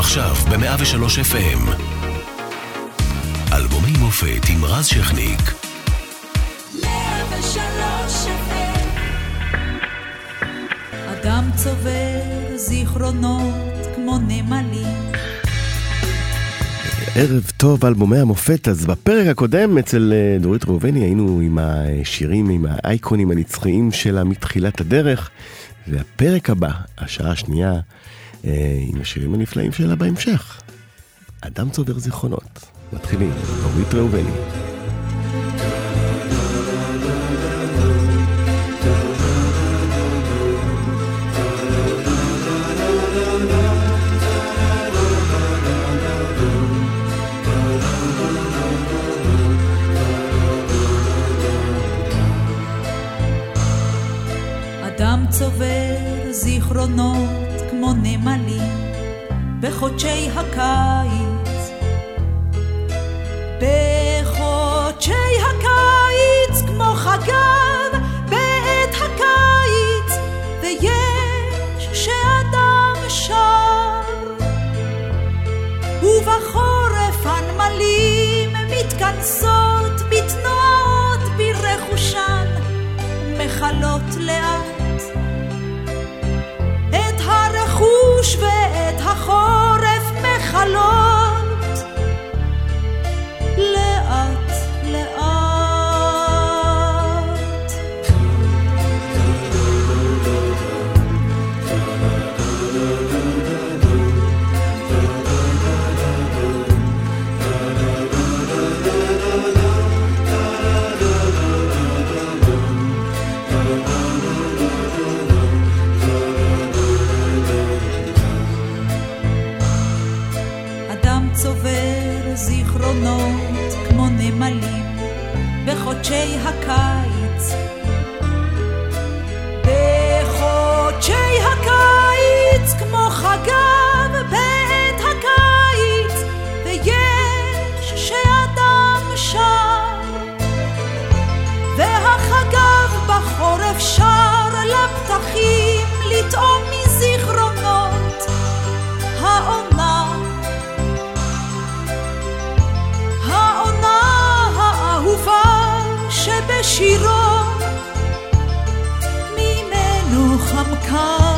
עכשיו ב-103 FM. אלבומי מופת עם רז שכניק. 103 FM. אדם צובר זיכרונות כמו נמלים. ערב טוב, אלבומי המופת. אז בפרק הקודם אצל דורית ראובני היינו עם השירים, עם האייקונים הנצחיים שלה מתחילת הדרך, והפרק הבא, השעה השנייה, עם השירים הנפלאים שלה בהמשך. אדם צובר זיכרונות. מתחילים, דורית ראובני. אדם צובר זיכרונות כמו נמלים בחודשי הקיץ, בחודשי הקיץ כמו חגב בעת הקיץ, ויש שאדם שר ובחורף הנמלים מתכנסות בתנועות ברכושן, מחלות לאט את הרכוש ואת החורף, מחלות לאט לאט. צובר זיכרונות כמו נמלים בחודשי הקיץ, בחודשי הקיץ כמו חגב בעת הקיץ, ויש שאדם שר והחגב בחורף שר לפתחים לטעום מזיכרונות העונה, שבשירו ממנו חמקה.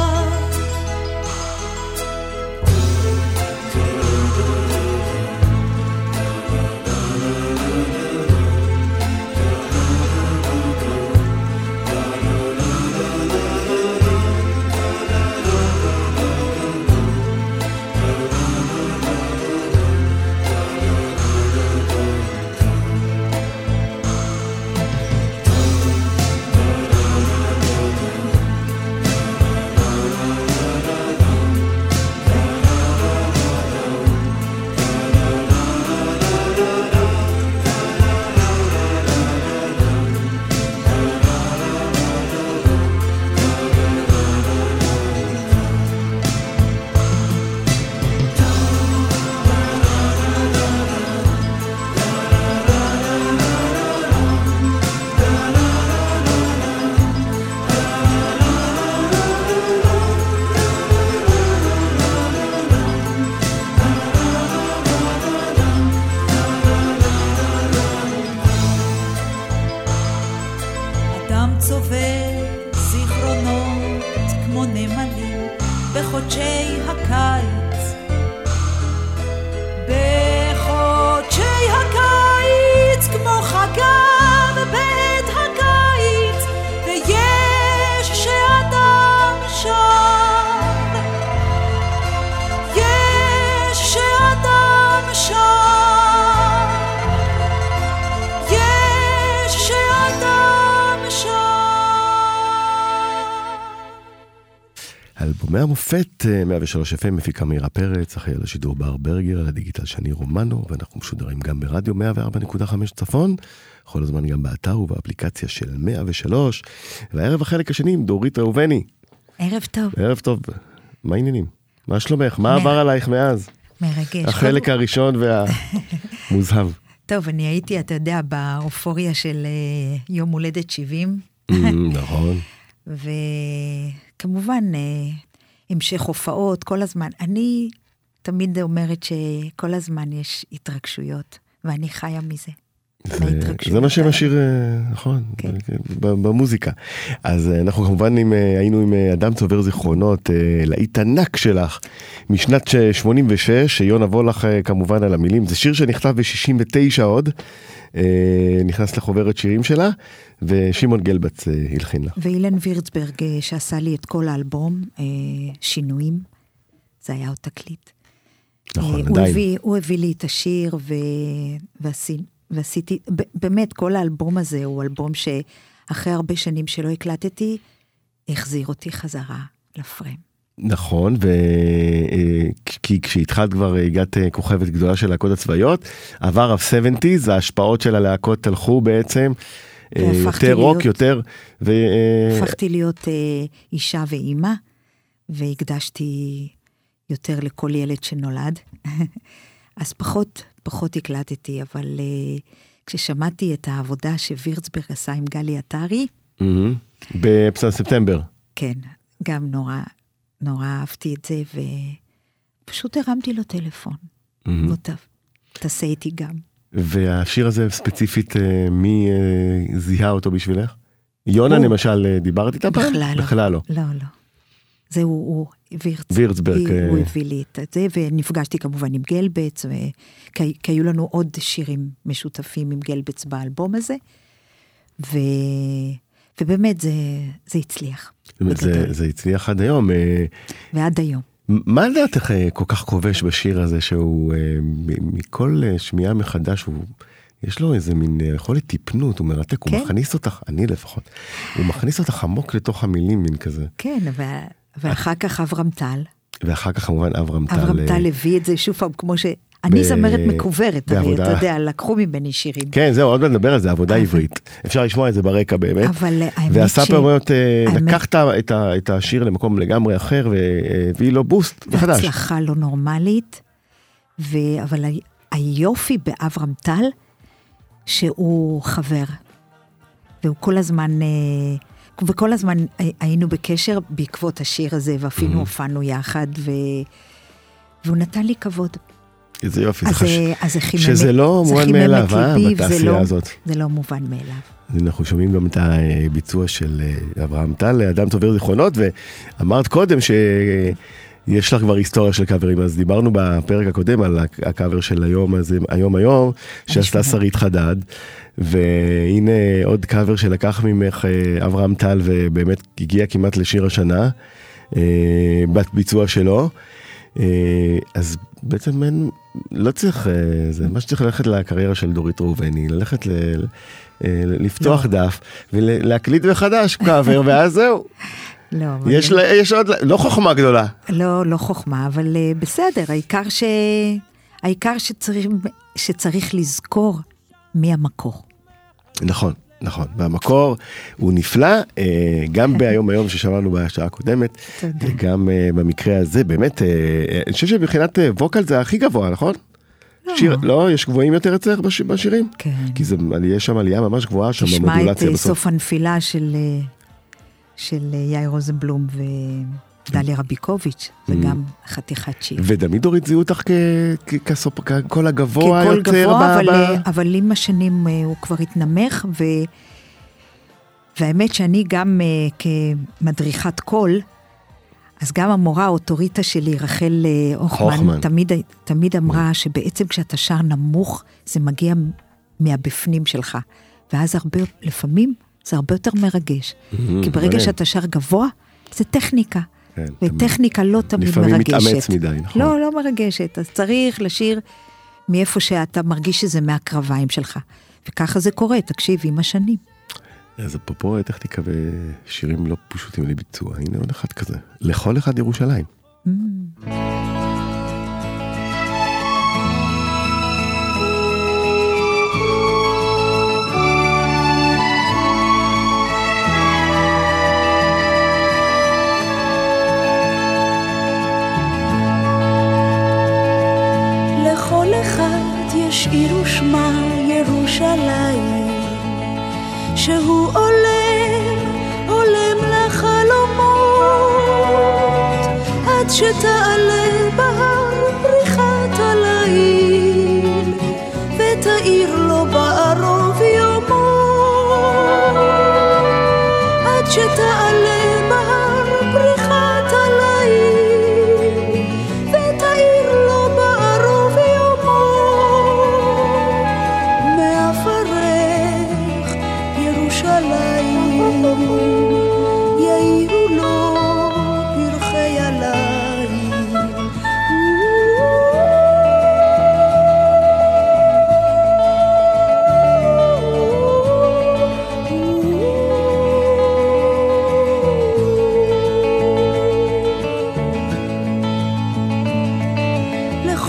אלבומי המופת, 103 FM, מפיקה מאירה פרץ, אחראי על השידור בר ברגר, על הדיגיטל שני רומנו, ואנחנו משודרים גם ברדיו 104.5 צפון, כל הזמן גם באתר ובאפליקציה של 103, והערב החלק השני עם דורית ראובני. ערב טוב. ערב טוב. מה העניינים? מה שלומך? מה עבר עלייך מאז? מרגש. החלק הראשון והמוזהב. טוב, אני הייתי, אתה יודע, באופוריה של יום הולדת 70. נכון. וכמובן, המשך הופעות כל הזמן. אני תמיד אומרת שכל הזמן יש התרגשויות, ואני חיה מזה. זה מה שמשאיר, נכון, במוזיקה. אז אנחנו כמובן היינו עם אדם צובר זיכרונות, להיט ענק שלך, משנת 86, שיונה וולך כמובן על המילים. זה שיר שנכתב ב-69 עוד, נכנס לחוברת שירים שלה, ושימון גלבץ הלחין לה. ואילן וירצברג שעשה לי את כל האלבום, שינויים, זה היה עוד תקליט. נכון, עדיין. הוא הביא לי את השיר ועשיתי, באמת כל האלבום הזה הוא אלבום שאחרי הרבה שנים שלא הקלטתי, החזיר אותי חזרה לפריים. נכון, כי כשהתחלת כבר הגעת כוכבת גדולה של להקות הצבאיות, עבר ה-70s, ההשפעות של הלהקות הלכו בעצם, יותר רוק, יותר... הפכתי להיות אישה ואימא, והקדשתי יותר לכל ילד שנולד. אז פחות הקלטתי, אבל כששמעתי את העבודה שווירצברג עשה עם גלי עטרי, בספטמבר. כן, גם נורא אהבתי את זה, ופשוט הרמתי לו טלפון. תעשה איתי גם. והשיר הזה ספציפית, מי זיהה אותו בשבילך? יונה למשל, דיברת איתה פעם? בכלל לא. לא. זהו, וירצברג. הוא הביא לי את זה, ונפגשתי כמובן עם גלבץ, כי היו לנו עוד שירים משותפים עם גלבץ באלבום הזה, ובאמת זה הצליח. זה הצליח עד היום. ועד היום. מה לדעתך כל כך כובש בשיר הזה, שהוא מכל שמיעה מחדש, יש לו איזה מין יכולת טיפנות, הוא מרתק, הוא מכניס אותך, אני לפחות, הוא מכניס אותך עמוק לתוך המילים, מין כזה. כן, ואחר כך אברהם טל. ואחר כך כמובן אברהם טל. אברהם טל הביא את זה שוב פעם, כמו שאני זמרת מקוברת, הרי אתה יודע, לקחו ממני שירים. כן, זהו, עוד נדבר על זה, עבודה עברית. אפשר לשמוע את זה ברקע באמת. אבל האמת ועשה פעמיות, לקחת את השיר למקום לגמרי אחר, והביא לו בוסט מחדש. הצלחה לא נורמלית, אבל היופי באברהם טל, שהוא חבר, וכל הזמן היינו בקשר בעקבות השיר הזה, ואפילו הופענו יחד, והוא נתן לי כבוד. איזה יופי, שזה לא מובן מאליו, בתעשייה הזאת. זה לא מובן מאליו. אנחנו שומעים גם את הביצוע של אברהם טל, אדם צובר זיכרונות, ואמרת קודם יש לך כבר היסטוריה של קאברים, אז דיברנו בפרק הקודם על הקאבר של היום, שעשתה שרית חדד, והנה עוד קאבר שלקח ממך אברהם טל, ובאמת הגיע כמעט לשיר השנה, בביצוע שלו, אז בעצם לא צריך, זה מה שצריך ללכת לקריירה של דורית ראובני, ללכת לפתוח דף, ולהקליט מחדש קאבר, ואז זהו. יש עוד, לא חוכמה גדולה. לא חוכמה, אבל בסדר, העיקר שצריך לזכור מי המקור. נכון, והמקור הוא נפלא, גם היום ששמענו בשעה הקודמת, וגם במקרה הזה, באמת, אני חושב שבחינת ווקל זה הכי גבוה, נכון? לא, יש גבוהים יותר אצלך בשירים? כן. כי יש שם עלייה ממש גבוהה, שם במודולציה בסוף. תשמע את סוף הנפילה של יאיר רוזנבלום ודליה רביקוביץ', וגם חתיכת שיר. ותמיד דורית זיהו אותך ככל הגבוה יותר? ככל גבוה, אבל עם השנים הוא כבר התנמך, והאמת שאני גם כמדריכת קול, אז גם המורה האוטוריטה שלי, רחל הוכמן, תמיד אמרה שבעצם כשאתה שר נמוך, זה מגיע מהבפנים שלך, ואז לפעמים, זה הרבה יותר מרגש. כי ברגע שאתה שר גבוה, זה טכניקה. וטכניקה לא תמיד מרגשת. לפעמים מתאמץ מדי, נכון? לא מרגשת. אז צריך לשיר מאיפה שאתה מרגיש שזה מהקרביים שלך. וככה זה קורה, תקשיב, עם השנים. אז פה טכניקה ושירים לא פשוטים לביצוע. הנה עוד אחד כזה. לכל אחד ירושלים. יש עיר ושמה ירושלים, שהוא עולם לחלומות, עד שתעלה בהר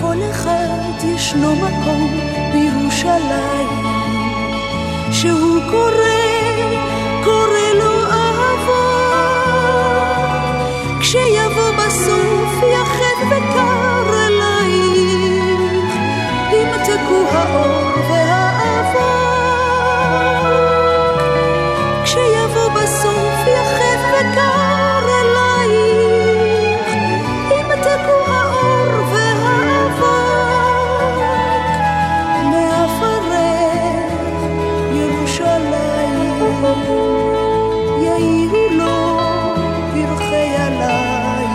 לכל אחד ישנו מקום בירושלים שהוא קורא לו אהבה. כשיבוא בסוף יחד וקר אלייך, ימתקו האור והאבק. כשיבוא בסוף יחד וקר אלייך, ימתקו האור והאבק. מעפרך ירושלים יאירו לו פרחי עליי.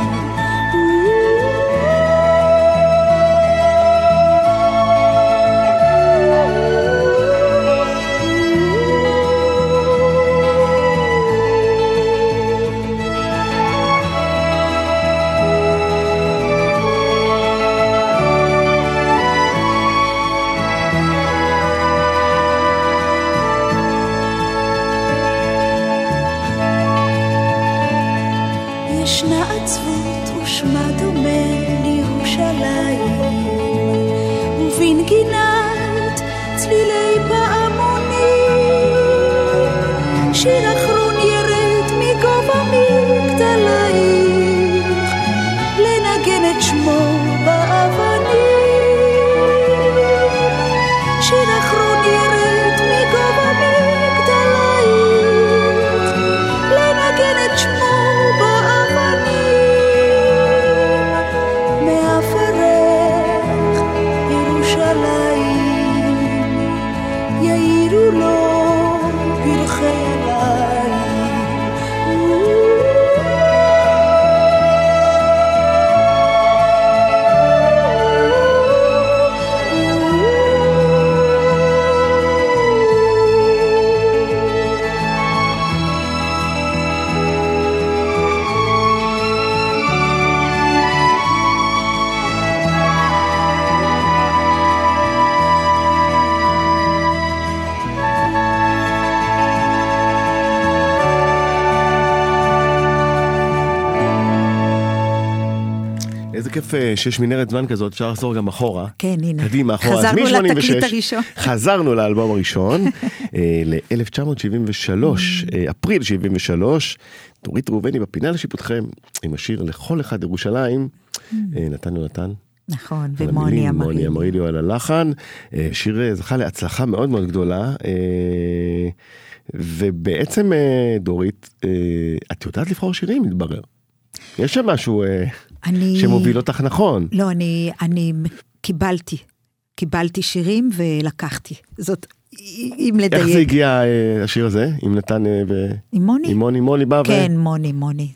ישנה עצבות ושמה דומה לירושלים, ובנגינת צלילי פעמונים, שיר אחרון ירד מגובה מגדלייך, לנגן את שמו באבנים. שיר אחרון ירד מגובה מגדלייך, לנגן את שמו כיף שיש מנהרת זמן כזאת, אפשר לחזור גם אחורה. כן, הנה. קדימה, אחורה. חזרנו לתקליט הראשון. חזרנו לאלבום הראשון, ל-1973, אפריל 73, דורית ראובני בפינה לשיפוטכם, עם השיר לכל אחד ירושלים, נתן יונתן. נכון, ומוני אמריליו. מוני אמריליו על הלחן, שיר זכה להצלחה מאוד מאוד גדולה, ובעצם דורית, את יודעת לבחור שירים, מתברר. יש שם משהו שמוביל אותך נכון. לא, אני קיבלתי שירים ולקחתי. זאת, אם לדייק. איך זה הגיע השיר הזה? עם נתן עם מוני? עם מוני בא כן, מוני.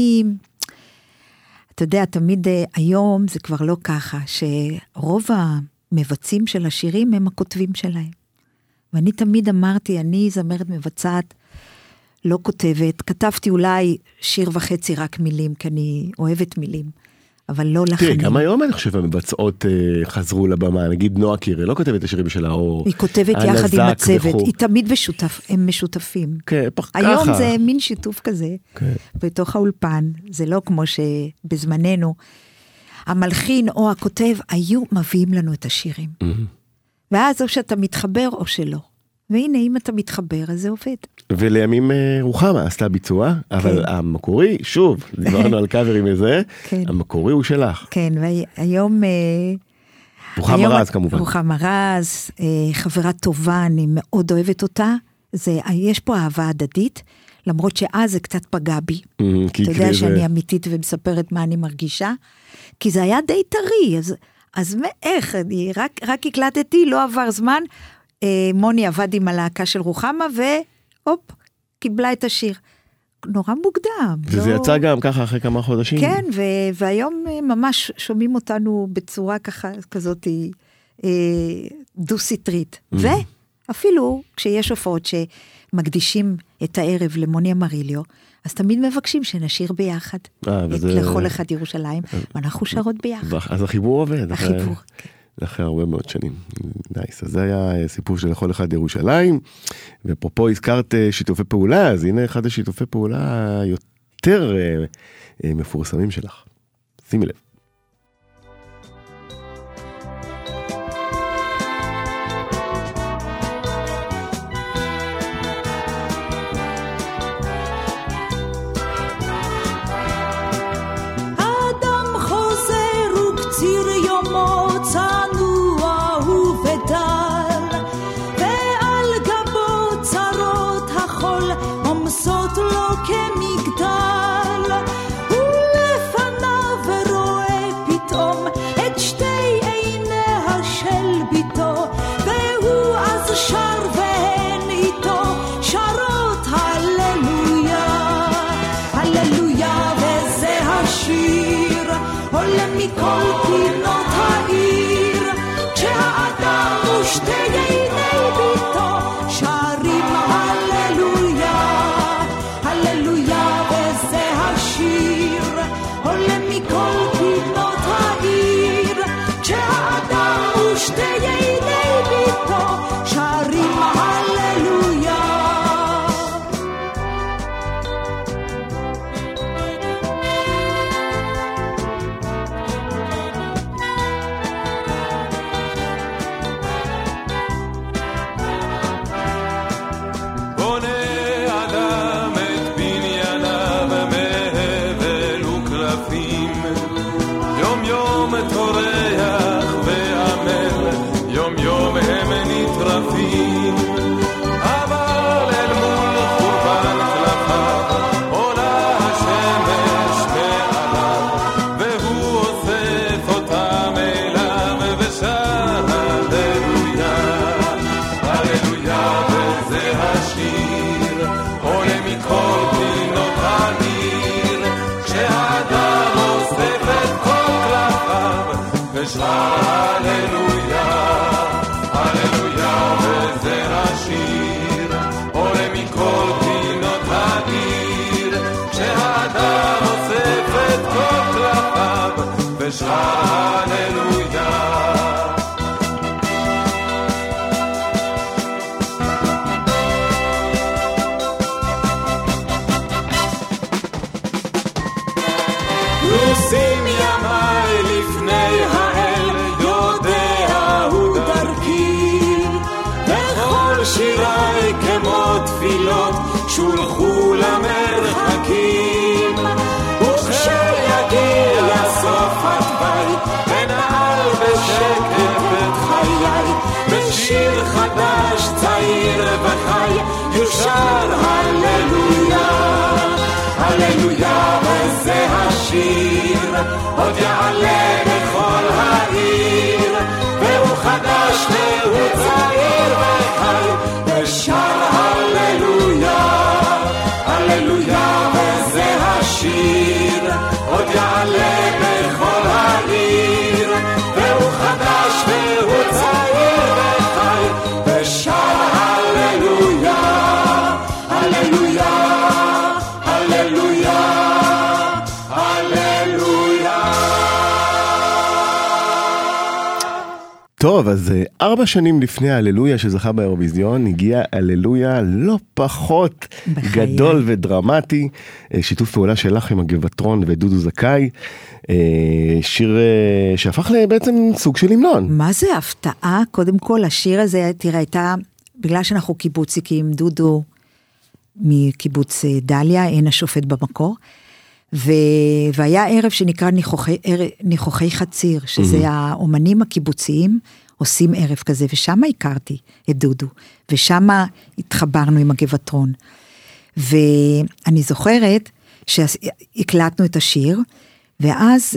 אתה יודע, תמיד היום זה כבר לא ככה, שרוב המבצעים של השירים הם הכותבים שלהם. ואני תמיד אמרתי, אני זמרת מבצעת, לא כותבת, כתבתי אולי שיר וחצי רק מילים, כי אני אוהבת מילים, אבל לא לחנים. תראה, גם היום אני חושב המבצעות חזרו לבמה, נגיד נועה קירל, לא כותבת את השירים שלה, או היא כותבת יחד עם הצוות, היא תמיד הם משותפים. כן, היום זה מין שיתוף כזה, בתוך האולפן, זה לא כמו שבזמננו, המלחין או הכותב היו מביאים לנו את השירים. ואז או שאתה מתחבר או שלא. והנה, אם אתה מתחבר, אז זה עובד. ולימים רוחמה עשתה ביצוע, אבל המקורי, שוב, דיברנו על קאברים וזה, המקורי הוא שלך. כן, והיום... רוחמה רז כמובן. רוחמה רז, חברה טובה, אני מאוד אוהבת אותה. יש פה אהבה הדדית, למרות שאז זה קצת פגע בי. אתה יודע שאני אמיתית ומספרת מה אני מרגישה, כי זה היה די טרי, אז איך? אני רק הקלטתי, לא עבר זמן, מוני עבד עם הלהקה של רוחמה, והופ, קיבלה את השיר. נורא מוקדם. וזה יצא גם ככה אחרי כמה חודשים? כן, והיום ממש שומעים אותנו בצורה כזאת דו-סטרית. ואפילו כשיש הופעות שמקדישים את הערב למוני אמריליו, אז תמיד מבקשים שנשיר ביחד. לכל אחד ירושלים, ואנחנו שרות ביחד. אז החיבור עובד. החיבור, כן. אחרי הרבה מאוד שנים. נייס. אז זה היה סיפור של לכל אחד ירושלים, ופרופו הזכרת שיתופי פעולה, אז הנה אחד השיתופי פעולה יותר מפורסמים שלך. שימי לב. מכל פינות העיר, כשהאדם ושתי עיני ביתו שרים הללויה, הללויה וזה השיר, עולה מכל פינות העיר, כשהאדם ושתי עיני ביתו שרים הללויה. נוסעים ימיי לפני האל, יודע הוא דרכי, וכל שיריי כמו תפילות שולחו למרחקים, וכשיגיע סוף התוואי ונעל בשקט את חיי, בשיר חדש צעיר וחי יושר הללויה, הללויה וזה השיר עוד יעלה בכל העיר, והוא חדש והוא צעיר וחי ושר הללויה, הללויה וזה השיר עוד יעלה בכל העיר, והוא חדש והוא צעיר וחי ושר הללויה, הללויה, הללויה, הללויה. טוב, אז 4 שנים לפני ההללויה שזכה באירוויזיון, הגיע הללויה לא פחות גדול ודרמטי, שיתוף פעולה שלך עם הגבעתרון ודודו זכאי, שיר שהפך בעצם סוג של המנון. מה זה הפתעה? קודם כל, השיר הזה, תראה, הייתה, בגלל שאנחנו קיבוציקים, דודו מקיבוץ דליה, אין השופט במקור, והיה ערב שנקרא ניחוחי חציר, שזה האומנים הקיבוציים, עושים ערב כזה, ושם הכרתי את דודו, ושם התחברנו עם הגבעתרון. ואני זוכרת שהקלטנו את השיר, ואז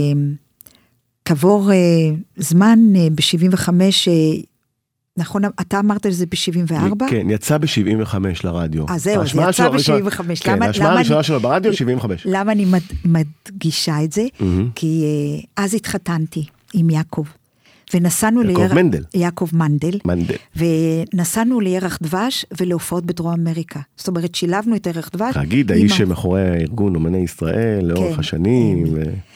כעבור זמן ב-75, נכון, אתה אמרת שזה ב-74? כן, יצא ב-75 לרדיו. זהו, זה יצא ב-75. כן, ההשמעה הראשונה שלו ברדיו, 75. למה אני מדגישה את זה? כי אז התחתנתי עם יעקב. ונסענו יעקב מנדל. ונסענו לירח דבש ולהופעות בדרום אמריקה. זאת אומרת, שילבנו את ירח דבש. תגיד, האיש שמאחורי הארגון אומני ישראל, לאורך השנים.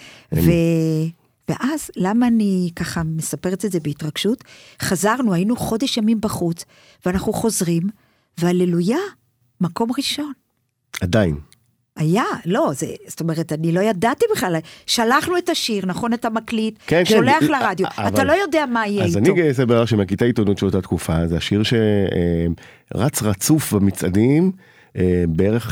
ואז, למה אני ככה מספרת את זה בהתרגשות? חזרנו, היינו חודש ימים בחוץ, ואנחנו חוזרים, והללויה, מקום ראשון. עדיין. היה, לא, זאת אומרת, אני לא ידעתי בכלל, שלחנו את השיר, נכון, את המקליט, כן, שולח כן, לרדיו, אתה לא יודע מה יהיה אז איתו. אני אסבר שמכיתה עיתונות של אותה תקופה, זה השיר שרץ רצוף במצעדים, בערך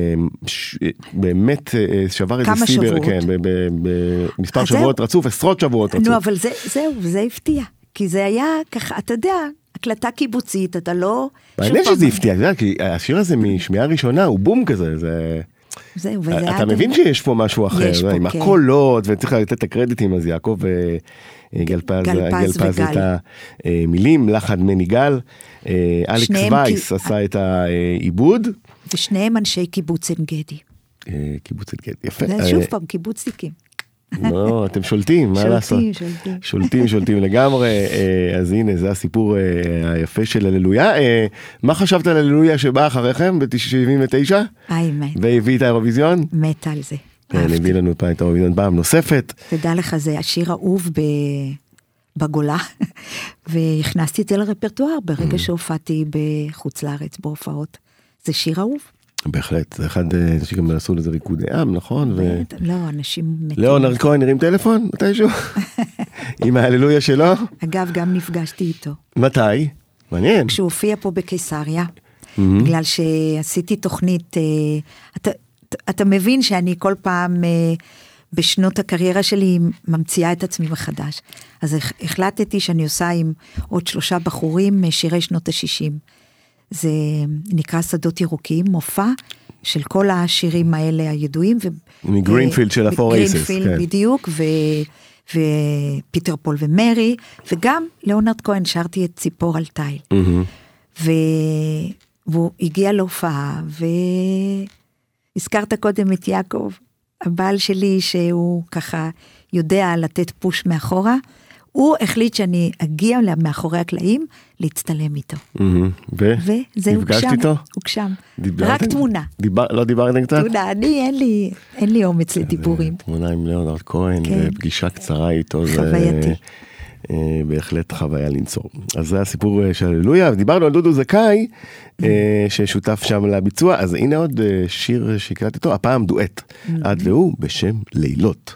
באמת שבר איזה כמה שבועות. כן, במספר שבועות רצוף, עשרות שבועות רצוף. נו, אבל זהו, זה הפתיע, כי זה היה ככה, אתה יודע, הקלטה קיבוצית, אתה לא... מעניין שזה הפתיע, כי השיר הזה משמיעה ראשונה הוא בום כזה, זה... זהו, אתה מבין שיש פה משהו אחר, עם הקולות, וצריך לתת את הקרדיטים, אז יעקב גלפז את המילים, לחן מני גל, אלכס וייס עשה את העיבוד. ושניהם אנשי קיבוץ עין גדי. קיבוץ עין גדי, יפה. זה שוב פעם, קיבוצניקים. לא, אתם שולטים, מה לעשות? שולטים לגמרי. אז הנה, זה הסיפור היפה של הללויה. מה חשבת על הללויה שבא אחריכם ב-79? מת. והביא את האירוויזיון? מת על זה. הביא לנו פעם את האירוויזיון פעם נוספת. תדע לך, זה השיר אהוב בגולה, והכנסתי את זה לרפרטואר ברגע שהופעתי בחוץ לארץ בהופעות. זה שיר אהוב. בהחלט, זה אחד שגם עשו לזה ריקודי עם, נכון? לא, אנשים מתים. ליאונרד כהן הרים טלפון? מתישהו? עם ההללויה שלו? אגב, גם נפגשתי איתו. מתי? מעניין. כשהוא הופיע פה בקיסריה, בגלל שעשיתי תוכנית, אתה מבין שאני כל פעם בשנות הקריירה שלי ממציאה את עצמי מחדש. אז החלטתי שאני עושה עם עוד 3 בחורים שירי שנות ה-60. זה נקרא שדות ירוקים, מופע של כל השירים האלה הידועים. מגרינפילד של הפור אייסס. גרינפילד בדיוק, ופיטר פול ומרי, וגם ליאונרד כהן שרתי את ציפור על תיל. והוא הגיע להופעה, והזכרת קודם את יעקב, הבעל שלי שהוא ככה יודע לתת פוש מאחורה, הוא החליט שאני אגיע מאחורי הקלעים להצטלם איתו. וזה הוגשם. הוגשם. רק תמונה. לא דיברתם קצת? תמונה, אין לי אומץ לדיבורים. תמונה עם ליאונרד כהן, ופגישה קצרה איתו. חווייתי. בהחלט חוויה לנצור. אז זה הסיפור של הללויה, ודיברנו על דודו זכאי, ששותף שם לביצוע, אז הנה עוד שיר שהקלטתי איתו, הפעם דואט, עד והוא בשם לילות.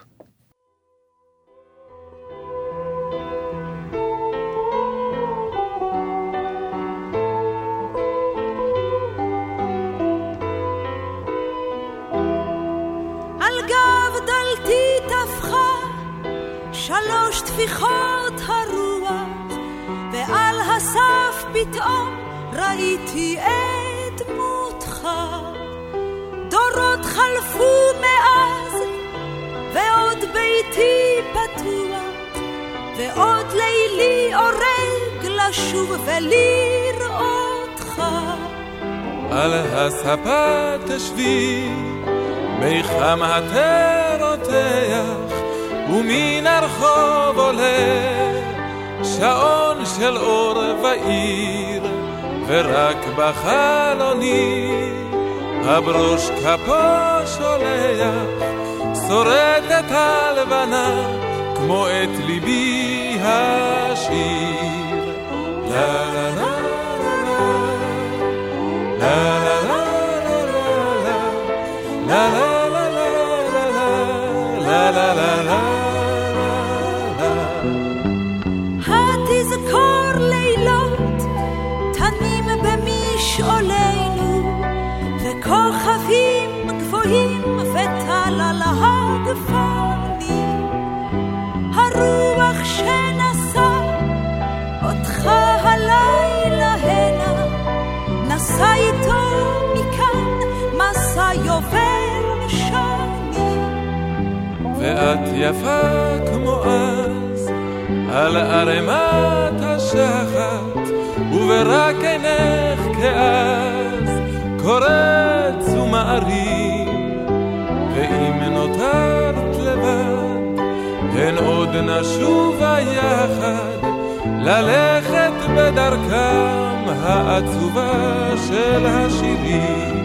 שלוש תפיחות הרוח, ועל הסף פתאום ראיתי את דמותך. דורות חלפו מאז, ועוד ביתי פתוח, ועוד לילי אורג לשוב ולראותך. על הספה תשבי, מיחם התרותח, ומן הרחוב עולה שעון של אור ועיר, ורק בחלוני הברוש כפו שולח, שורדת הלבנה כמו את ליבי השיר. לה לה לה לה לה לה לה לה לה לה לה. התזכור לילות תנים במשעולנו, וכוכבים גבוהים וטלל הגפנים. הרוח שנשא אותך הלילה הנה, נסע איתו מכאן מסע יובל שנים. ואת יפה כמו אז על ערמת השחת, וברק עינך כאז קורץ ומערים. ואם נותרת לבד, הן עוד נשובה יחד, ללכת בדרכם העצובה של השירים.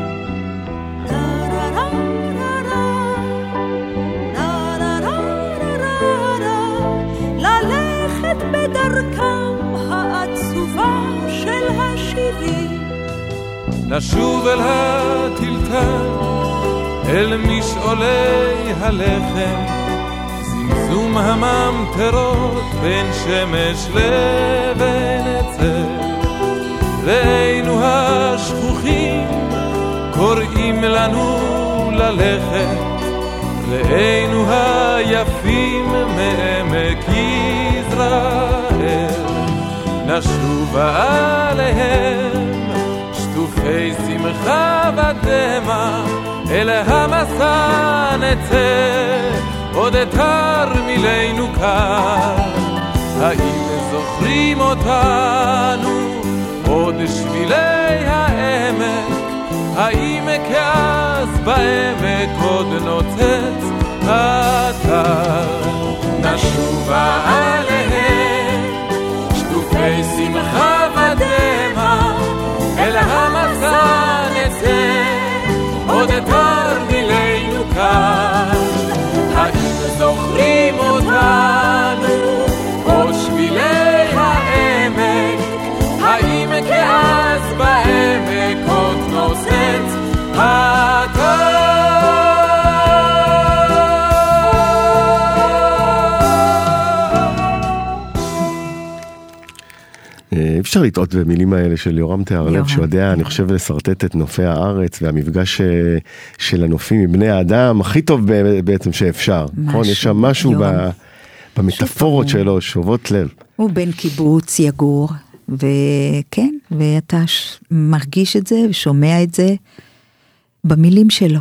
בדרכם העצובה של השירים. נשוב אל הטלטל, אל משעולי הלחם, זמזום הממטרות בין שמש לבין עצר. ראינו השכוחים קוראים לנו ללכת, ראינו היפים מעמק ישראל, נשובה עליהם שטופי שמחה ודמע, אל המסע נצא עוד תרמילנו כאן. האם זוכרים אותנו עוד שבילי העמק, האם כאז בעמק עוד נוצץ הטל, נשובה עליהם שטופי שמחה ודמע, אל המסע נצא עוד תרמילנו כאן. האם זוכרים אותנו עוד שבילי העמק, האם כאז בעמק עוד נוסץ הטל? אפשר לטעות במילים האלה של יורם תיארלב, שהוא יודע, אני חושב, לסרטט את נופי הארץ, והמפגש של הנופים מבני האדם, הכי טוב בעצם שאפשר. נכון? יש שם משהו במטאפורות שלו, שובות לב. הוא בן קיבוץ יגור, וכן, ואתה מרגיש את זה, ושומע את זה במילים שלו.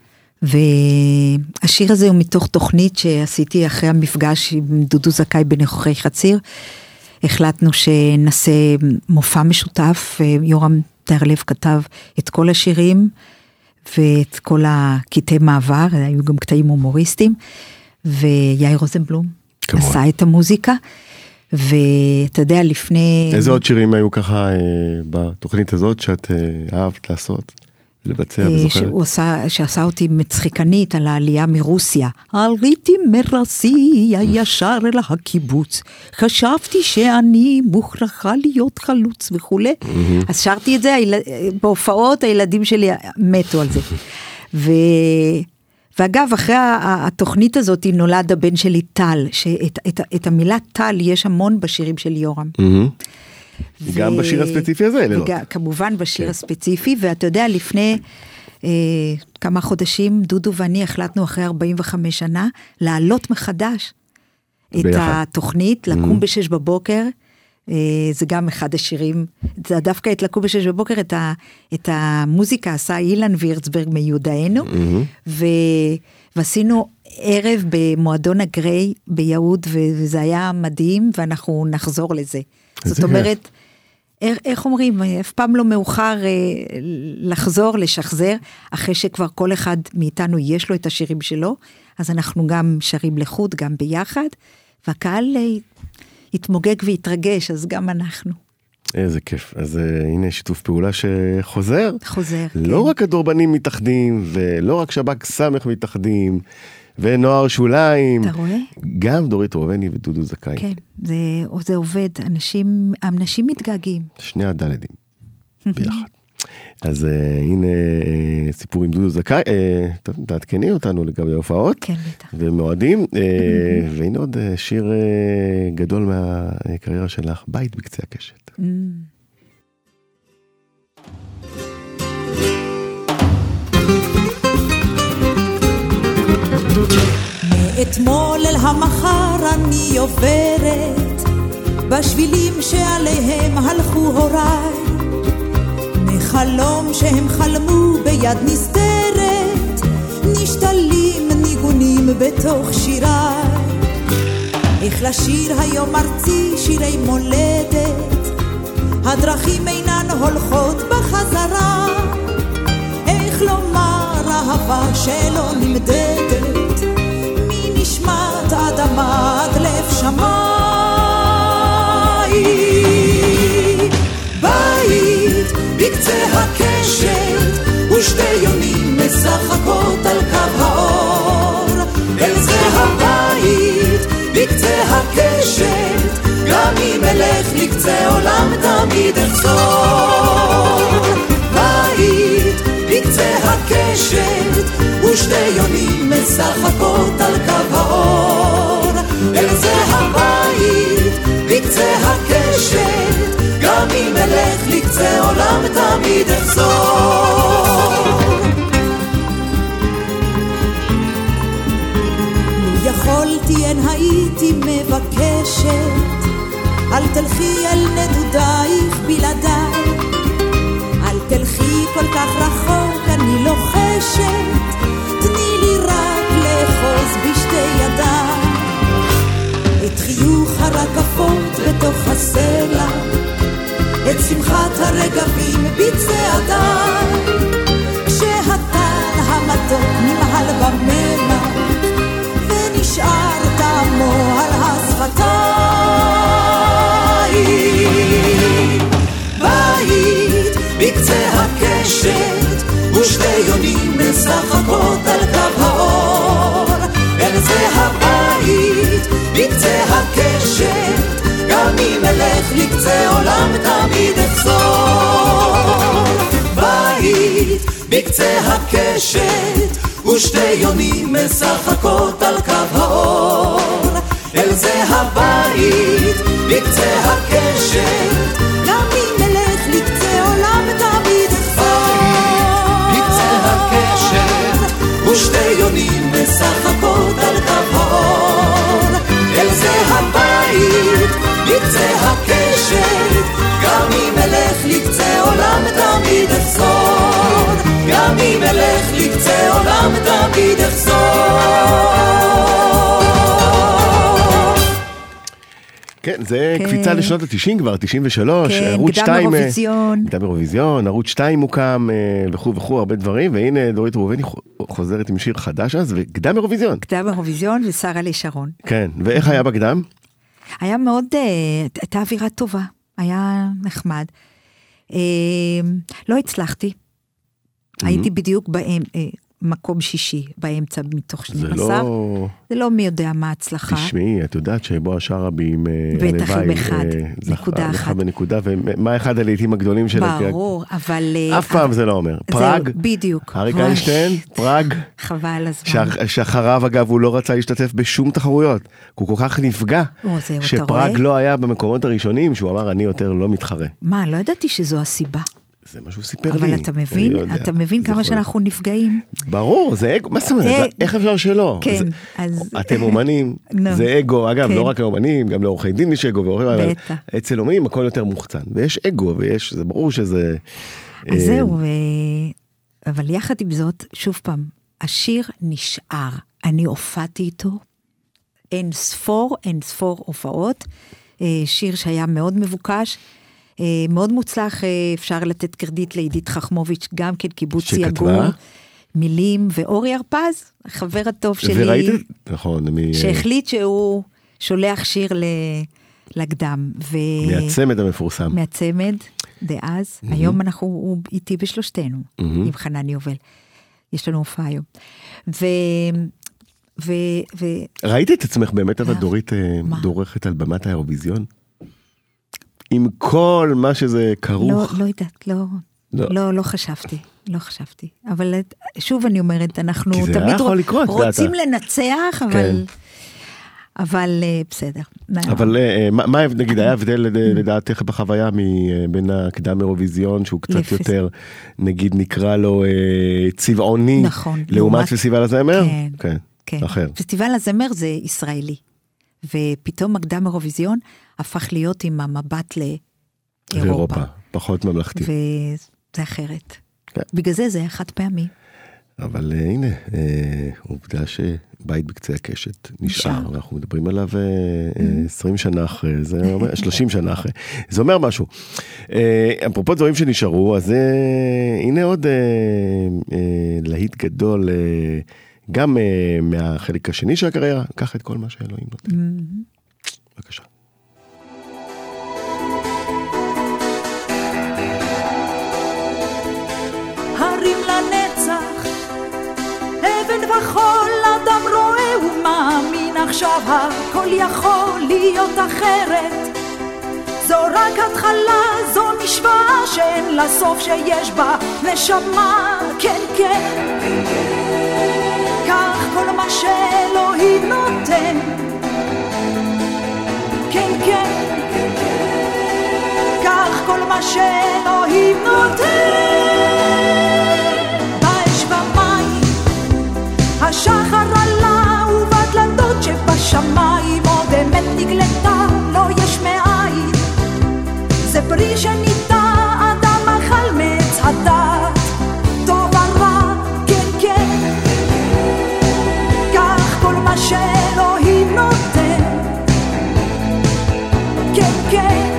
והשיר הזה הוא מתוך תוכנית שעשיתי אחרי המפגש עם דודו זכאי בנכוחי חציר, החלטנו שנעשה מופע משותף, יורם תיארלב כתב את כל השירים, ואת כל הקטעי מעבר, היו גם קטעים הומוריסטיים, ויאיר רוזנבלום עשה את המוזיקה, ואתה יודע לפני... איזה עוד שירים היו ככה בתוכנית הזאת, שאת אהבת לעשות? לבצע וזוכרת? שעשה אותי מצחיקנית על העלייה מרוסיה. עליתי מרוסי הישר אל הקיבוץ, חשבתי שאני מוכרחה להיות חלוץ וכו'. אז שרתי את זה, בהופעות הילדים שלי מתו על זה. ואגב, אחרי התוכנית הזאת נולד הבן שלי טל, שאת המילה טל יש המון בשירים של יורם. גם בשיר הספציפי הזה, לילות. כמובן בשיר הספציפי, ואתה יודע, לפני כמה חודשים, דודו ואני החלטנו אחרי 45 שנה, לעלות מחדש את התוכנית, לקום ב6 בבוקר, זה גם אחד השירים, זה דווקא את לקום ב6 בבוקר, את המוזיקה עשה אילן וירצברג מיודענו, ועשינו ערב במועדון הגרי ביהוד, וזה היה מדהים, ואנחנו נחזור לזה. זאת אומרת, איך אומרים, אף פעם לא מאוחר לחזור, לשחזר, אחרי שכבר כל אחד מאיתנו יש לו את השירים שלו, אז אנחנו גם שרים לחוד, גם ביחד, והקהל יתמוגג ויתרגש, אז גם אנחנו. איזה כיף, אז הנה שיתוף פעולה שחוזר. חוזר, כן. לא רק הדורבנים מתאחדים, ולא רק שב"כ סמך מתאחדים, ונוער שוליים. אתה רואה? גם דורית ראובני ודודו זכאי. כן, זה עובד, אנשים מתגעגעים. שני הדלדים, ביחד. אז הנה סיפור עם דודו זכאי, תעדכני אותנו לגבי ההופעות, כן, בטח. ומועדים, והנה עוד שיר גדול מהקריירה שלך, בית בקצה הקשת. מאתמול אל המחר אני עוברת בשבילים שעליהם הלכו הוריי, מחלום שהם חלמו ביד נסתרת נשתלים ניגונים בתוך שיריי. איך לשיר היום ארצי שירי מולדת, הדרכים אינן הולכות בחזרה, איך לומר אהבה שלא נמדדת מנשמת אדמה עד לב שמיים. בית בקצה הקשת ושתי יונים משחקות על קו האור, אל זה הבית בקצה הקשת, גם אם אלך לקצה עולם תמיד אחזור. בית בקצה הקשת ושתי יונים משחקות על קו האור, אל זה הבית בקצה הקשת, גם אם אלך לקצה עולם תמיד אחזור. לו יכולתי אין הייתי מבקשת, אל תלכי אל נדודייך בלעדיי, אל תלכי כל כך רחוק אני לוחשת, תני לי רק לחוז בשתי ידיי את חיוך הרכבות בתוך הסלע, את שמחת הרגבים בצעדיי, כשהטל המתוק נמהל במלח נשאר טעמו על השפתיים. בית בקצה הקשת ושתי יונים משחקות על קו האור. אל זה הבית בקצה הקשת, גם אם אלך לקצה עולם תמיד אחזור. בית בקצה הקשת ושתי יונים משחקות על קו האור. אל זה הבית בקצה הקשת, גם אם אלך לקצה עולם תמיד אחזור. בקצה הקשת ושתי יונים משחקות על קו האור. אל זה הבית בקצה הקשת, גם אם אלך לקצה עולם תמיד אחזור. גם אם אלך לקצה עולם תמיד אחזור. כן, זה קפיצה לשנות ה-90 כבר, 93, ערוץ 2, קדם אירוויזיון, ערוץ 2 מוקם וכו' וכו', הרבה דברים, והנה דורית ראובני חוזרת עם שיר חדש אז, וקדם אירוויזיון. קדם אירוויזיון ושרה לשרון. כן, ואיך היה בקדם? היה מאוד, הייתה אווירה טובה, היה נחמד. לא הצלחתי, הייתי בדיוק מקום שישי, באמצע מתוך 12. זה לא מי יודע מה הצלחה. תשמעי, את יודעת שבו השרבים בטח עם אחד, נקודה אחת. בנקודה, ומה אחד הלעיתים הגדולים של... ברור, אבל... אף פעם זה לא אומר. פראג, בדיוק. אריק איינשטיין, פראג. חבל הזמן. שאחריו, אגב, הוא לא רצה להשתתף בשום תחרויות. הוא כל כך נפגע, שפראג לא היה במקומות הראשונים, שהוא אמר, אני יותר לא מתחרה. מה, לא ידעתי שזו הסיבה. זה משהו סיפר אבל לי. אבל אתה מבין כמה שאנחנו נפגעים. ברור, זה אגו, מה זאת אומרת? איך אפשר שלא? כן, אז... אתם אומנים, זה אגו, אגב, לא רק האומנים, גם לעורכי דין יש אגו, אבל אצל אומנים הכל יותר מוחצן, ויש אגו, ויש, זה ברור שזה... אז זהו, אבל יחד עם זאת, שוב פעם, השיר נשאר, אני הופעתי איתו, אין ספור הופעות, שיר שהיה מאוד מבוקש, מאוד מוצלח, אפשר לתת קרדיט לעידית חכמוביץ', גם כן קיבוץ יגור, מילים, ואורי הרפז, החבר הטוב שלי, וראית? נכון, שהחליט שהוא שולח שיר לקדם. מהצמד המפורסם. מהצמד, דאז, היום הוא איתי בשלושתנו, עם חנן יובל. יש לנו הופעה היום. ראית את עצמך באמת, אבל דורית דורכת על במת האירוויזיון? עם כל מה שזה כרוך. לא יודעת, לא חשבתי. אבל שוב אני אומרת, אנחנו תמיד רוצים לנצח, אבל בסדר. אבל מה נגיד, היה הבדל לדעתך בחוויה בין הקדם אירוויזיון, שהוא קצת יותר, נגיד נקרא לו צבעוני, לעומת פסטיבל הזמר? כן, פסטיבל הזמר זה ישראלי. ופתאום הקדם אירוויזיון הפך להיות עם המבט לאירופה. פחות ממלכתי. וזה אחרת. בגלל זה היה חד פעמי. אבל הנה, עובדה שבית בקצה הקשת נשאר. אנחנו מדברים עליו 20 שנה אחרי, 30 שנה אחרי. זה אומר משהו. אפרופו דברים שנשארו, אז הנה עוד להיט גדול, גם מהחלק השני של הקריירה, קח את כל מה שאלוהים נותן. בבקשה. הרים לנצח, אבן וחול, אדם רואה ומאמין, עכשיו הכל יכול להיות אחרת. זו רק התחלה, זו משוואה שאין לה סוף, שיש בה נשמה, כן כן. כך כל מה שאלוהים נותן, כן כן. כך כל מה שאלוהים נותן. באש במים, השחר עלה, ובדלתות שבשמיים עוד אמת נגלתה, לא יש מאין. זה פרי שניתה, אדם אכל מעץ הדת, טוב הרע, כן כן. כך כל מה שאלוהים נותן, כן כן.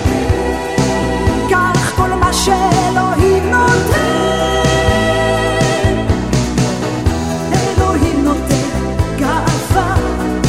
כך כל מה שאלוהים נותן, אלוהים נותן גאווה,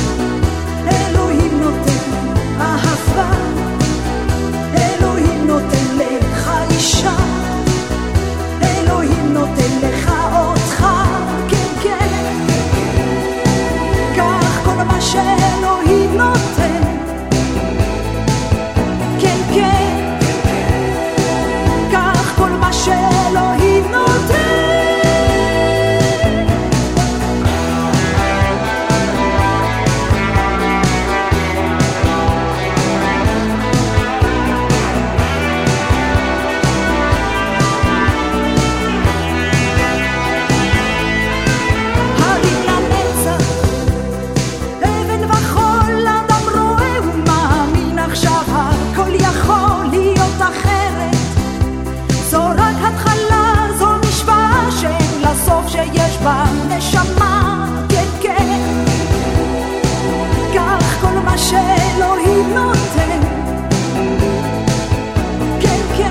מה שאלוהים נותן. כן, כן,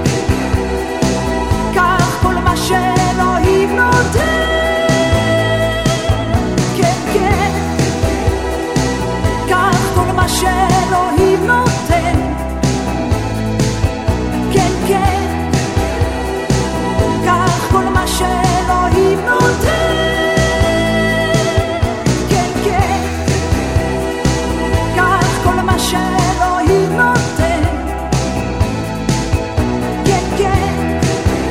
קח כל מה שאלוהים נותן. כן, כן, קח כל מה שאלוהים נותן. כן, כן, קח כל מה שאלוהים נותן. כן, כן, קח כל מה שאלוהים נותן. כן, כן,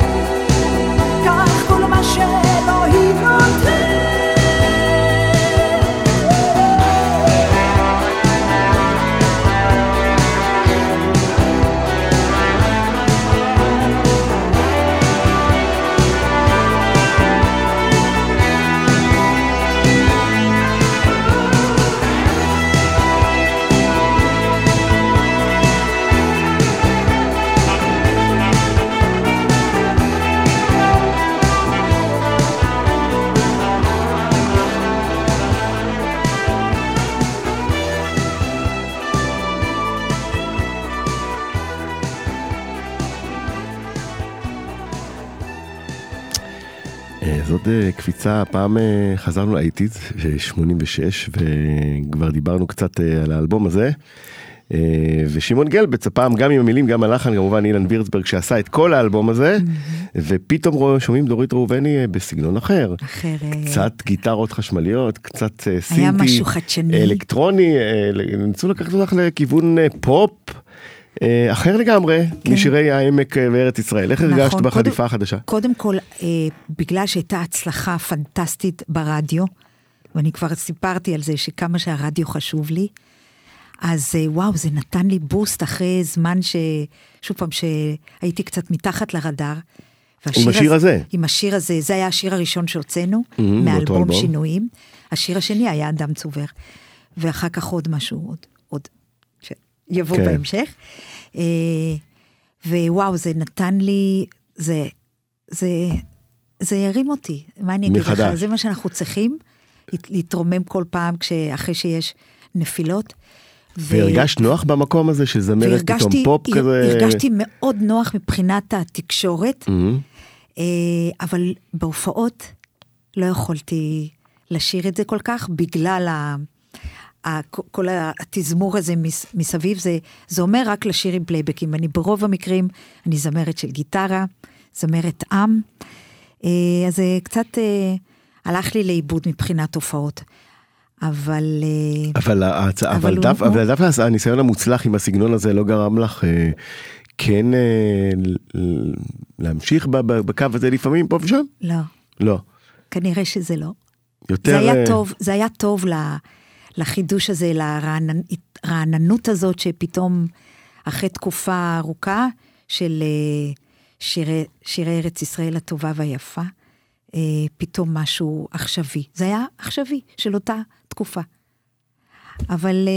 קח כל מה שאלוהים נותן. זאת קפיצה, פעם חזרנו לאייטיז, 86, וכבר דיברנו קצת על האלבום הזה, ושמעון גלבץ, הפעם גם עם המילים, גם הלחן, כמובן אילן וירצברג שעשה את כל האלבום הזה, ופתאום שומעים דורית ראובני בסגנון אחר. קצת גיטרות חשמליות, קצת סינטי, אלקטרוני, ניסו לקחת אותך לכיוון פופ, אחר לגמרי, משירי העמק וארץ ישראל. איך הרגשת בחליפה החדשה? קודם כל, בגלל שהייתה הצלחה פנטסטית ברדיו, ואני כבר סיפרתי על זה שכמה שהרדיו חשוב לי, אז וואו, זה נתן לי בוסט אחרי זמן שוב פעם שהייתי קצת מתחת לרדאר. עם השיר הזה? עם השיר הזה, זה היה השיר הראשון שהוצאנו, מאלבום שינויים. השיר השני היה אדם צובר, ואחר כך עוד משהו, עוד יבוא בהמשך. ווואו, זה נתן לי, זה ירים אותי. מה אני אגיד לך? זה מה שאנחנו צריכים, להתרומם כל פעם אחרי שיש נפילות. והרגשת נוח במקום הזה, שזמרת פתאום פופ כזה? הרגשתי מאוד נוח מבחינת התקשורת, אבל בהופעות לא יכולתי לשיר את זה כל כך, בגלל כל התזמור הזה מסביב, זה אומר רק לשיר עם פלייבקים. אני ברוב המקרים, אני זמרת של גיטרה, זמרת עם, אז זה קצת הלך לי לאיבוד מבחינת הופעות. אבל דווקא הניסיון המוצלח עם הסגנון הזה לא גרם לך כן להמשיך בקו הזה לפעמים פה ושם? לא. לא. כנראה שזה לא. יותר... זה היה טוב לחידוש הזה, לרעננות הזאת שפתאום אחרי תקופה ארוכה של שירי ארץ ישראל הטובה והיפה, פתאום משהו עכשווי. זה היה עכשווי של אותה תקופה. אבל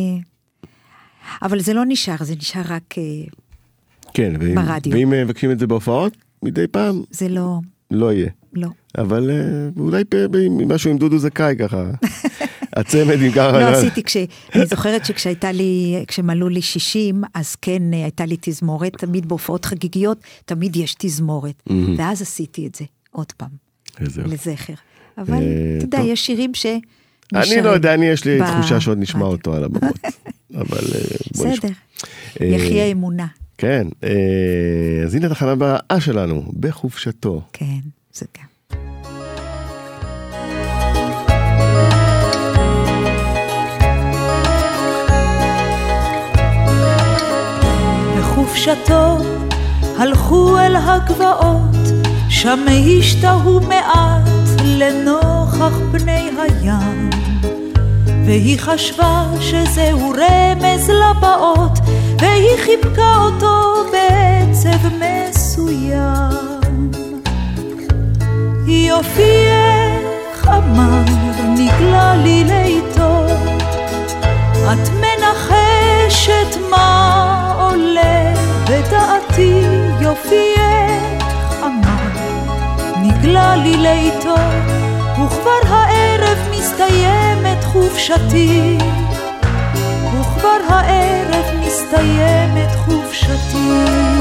זה לא נשאר, זה נשאר רק כן, ברדיו. ואם מבקשים את זה בהופעות, מדי פעם? זה לא. לא יהיה. לא. אבל אולי משהו עם דודו זכאי ככה. הצמד עם ככה. לא, עשיתי אני זוכרת כשמלאו לי 60, אז כן הייתה לי תזמורת, תמיד בהופעות חגיגיות, תמיד יש תזמורת. ואז עשיתי את זה עוד פעם. לזכר. אבל אתה יודע, יש שירים אני לא יודע, יש לי תחושה שעוד נשמע אותו על הבמות. אבל בסדר. יחיה אמונה. כן. אז הנה התחנה הבאה שלנו, בחופשתו. כן, זה גם. בחופשתו הלכו אל הגבעות, שם השתהו מעט לנוכח פני הים, והיא חשבה שזהו רמז לבאות, והיא חיבקה אותו בעצב מסוים. יופייך אמר נגלה לי לאיתו, את מנחשת מה עולה בדעתי. יופייך אמר נגלה לי לאיתו, וכבר הערב מסתיימת חופשתי. מסתיימת חופשתי.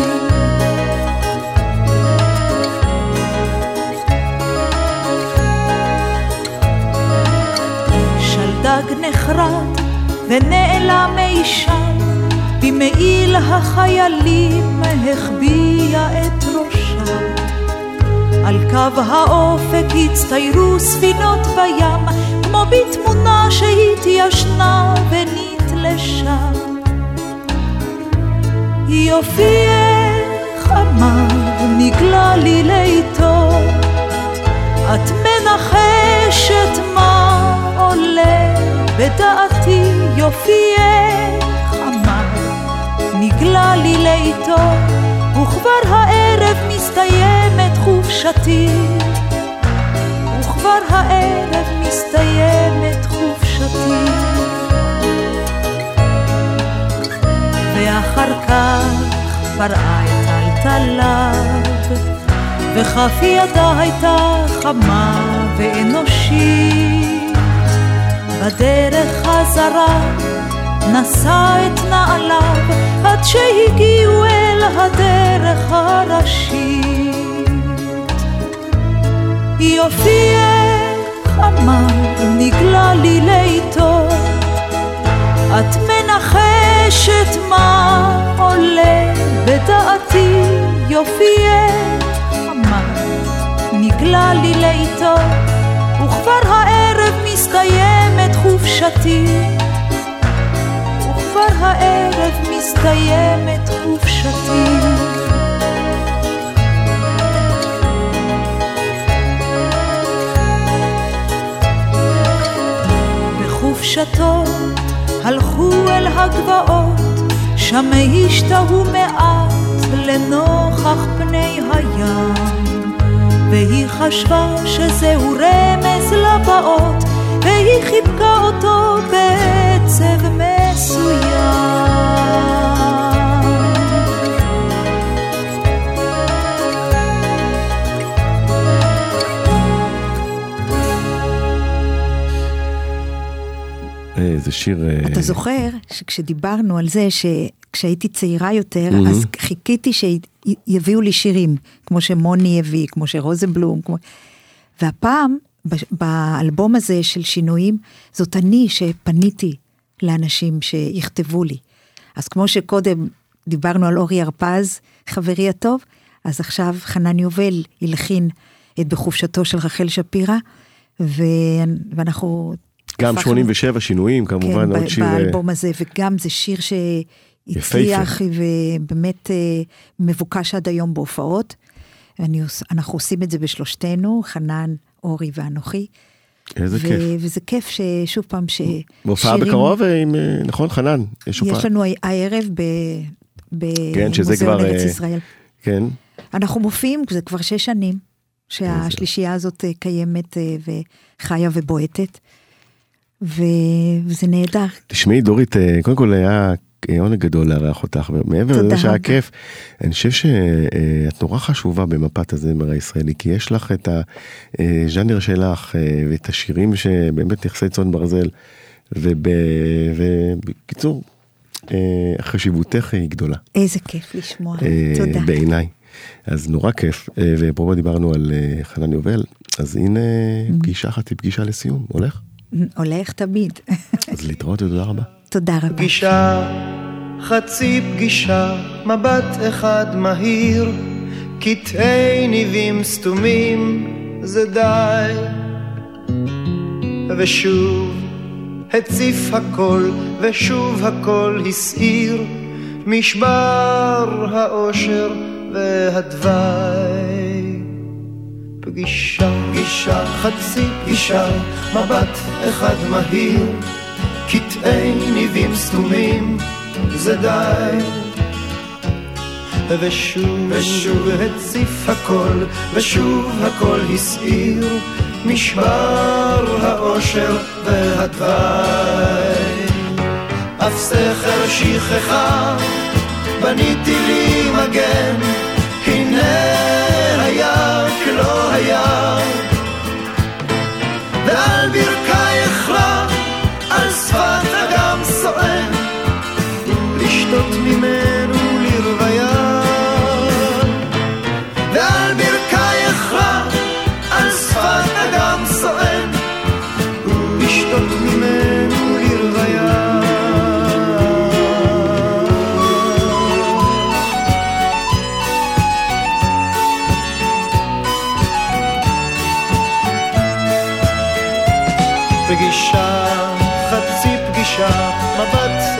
שלדג נחרד ונעלם אישן, במעיל החיילים החביע את ראשה. על קו האופק הצטיירו ספינות בים, כמו בתמונה שהתיישנה ונתלשה. יופייך אמר נגלה לי לאיתו, את מנחשת מה עולה בדעתי. יופייך אמר נגלה לי לאיתו, וכבר הערב מסתיימת חופשתי. וכבר הערב מסתיימת חופשתי. ואחר כך פרעה את טלטליו, וכף ידה הייתה חמה ואנושית. בדרך חזרה נשא את נעליו, עד שהגיעו אל הדרך הראשית. יופייך אמר נגלה לי לאיתו, את מנחשת מה עולה בדעתי. יופייך אמר נגלה לי לאיתו, וכבר הערב מסתיימת חופשתי. וכבר הערב מסתיימת חופשתי. בחופשתו הלכו אל הגבעות, שם השתהו מעט לנוכח פני הים. והיא חשבה שזהו רמז לבאות, והיא חיבקה אותו בעצב מסוים. זה שיר... אתה זוכר שכשדיברנו על זה שכשהייתי צעירה יותר, אז חיכיתי שיביאו לי שירים, כמו שמוני הביא, כמו שרוזנבלום, והפעם באלבום הזה של שינויים, זאת אני שפניתי לאנשים שיכתבו לי. אז כמו שקודם דיברנו על אורי הרפז, חברי הטוב, אז עכשיו חנן יובל ילחין את בחופשתו של רחל שפירא, ואנחנו... גם 87 שינויים, כמובן, כן, עוד שיר... באלבום הזה, וגם זה שיר שהצליח, ובאמת מבוקש עד היום בהופעות. אנחנו עושים את זה בשלושתנו, חנן, אורי ואנוכי. איזה כיף. וזה כיף ששוב פעם בהופעה בקרוב עם, נכון, חנן? יש לנו הערב במוזיאון ארץ ישראל. כן. אנחנו מופיעים, זה כבר 6 שנים, שהשלישייה הזאת קיימת וחיה ובועטת. וזה נהדר. תשמעי דורית, קודם כל היה עונג גדול לארח אותך, ומעבר לזה שהיה כיף, אני חושב שאת נורא חשובה במפת הזמר הישראלי, כי יש לך את הז'אנר שלך, ואת השירים שבאמת נכסי צאן ברזל, ובקיצור, החשיבותך היא גדולה. איזה כיף לשמוע, תודה. בעיניי. אז נורא כיף, ופה דיברנו על חנן יובל, אז הנה פגישה אחת, פגישה לסיום, הולך? הולך תמיד. אז להתראות ותודה רבה. תודה רבה. פגישה, חצי פגישה, מבט אחד מהיר, קטעי ניבים סתומים, זה די. ושוב הציף הכל, ושוב הכל הסעיר, משבר האושר והדווי. פגישה, פגישה, חצי פגישה, מבט אחד מהיר, קטעי ניבים סתומים, זה די. ושוב הציף הכל, ושוב הכל הסעיר, משבר האושר והדווי. אף סכר שכחה, בניתי לי מגן, הנה היה כלא היה, ועל ברכי אחלה, על שפת אגם סוען, לשתות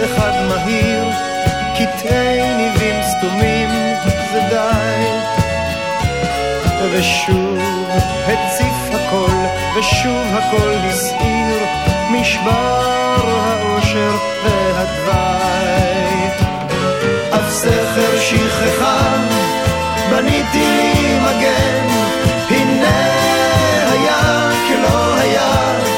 אחד מהיר, קטעי ניבים סתומים, זה די. ושוב הציף הכל, ושוב הכל הסעיר, משבר האושר והדווי. אף סכר שכחה בניתי לי מגן, הנה היה כלא היה,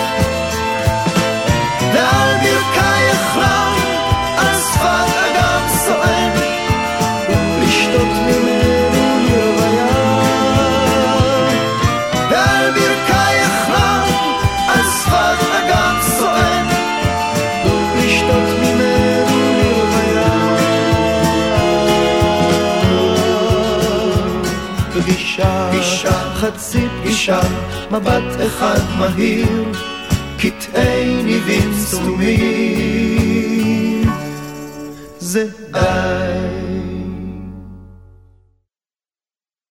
ועל ברכייך רם, על שפת אגם סוען, ולשתות ממנו לרוויה. ועל ברכייך רם, על שפת אגם סוען, ולשתות ממנו לרוויה. פגישה, חצי פגישה, מבט אחד מהיר, קטעי ניבים סתומים, זה די.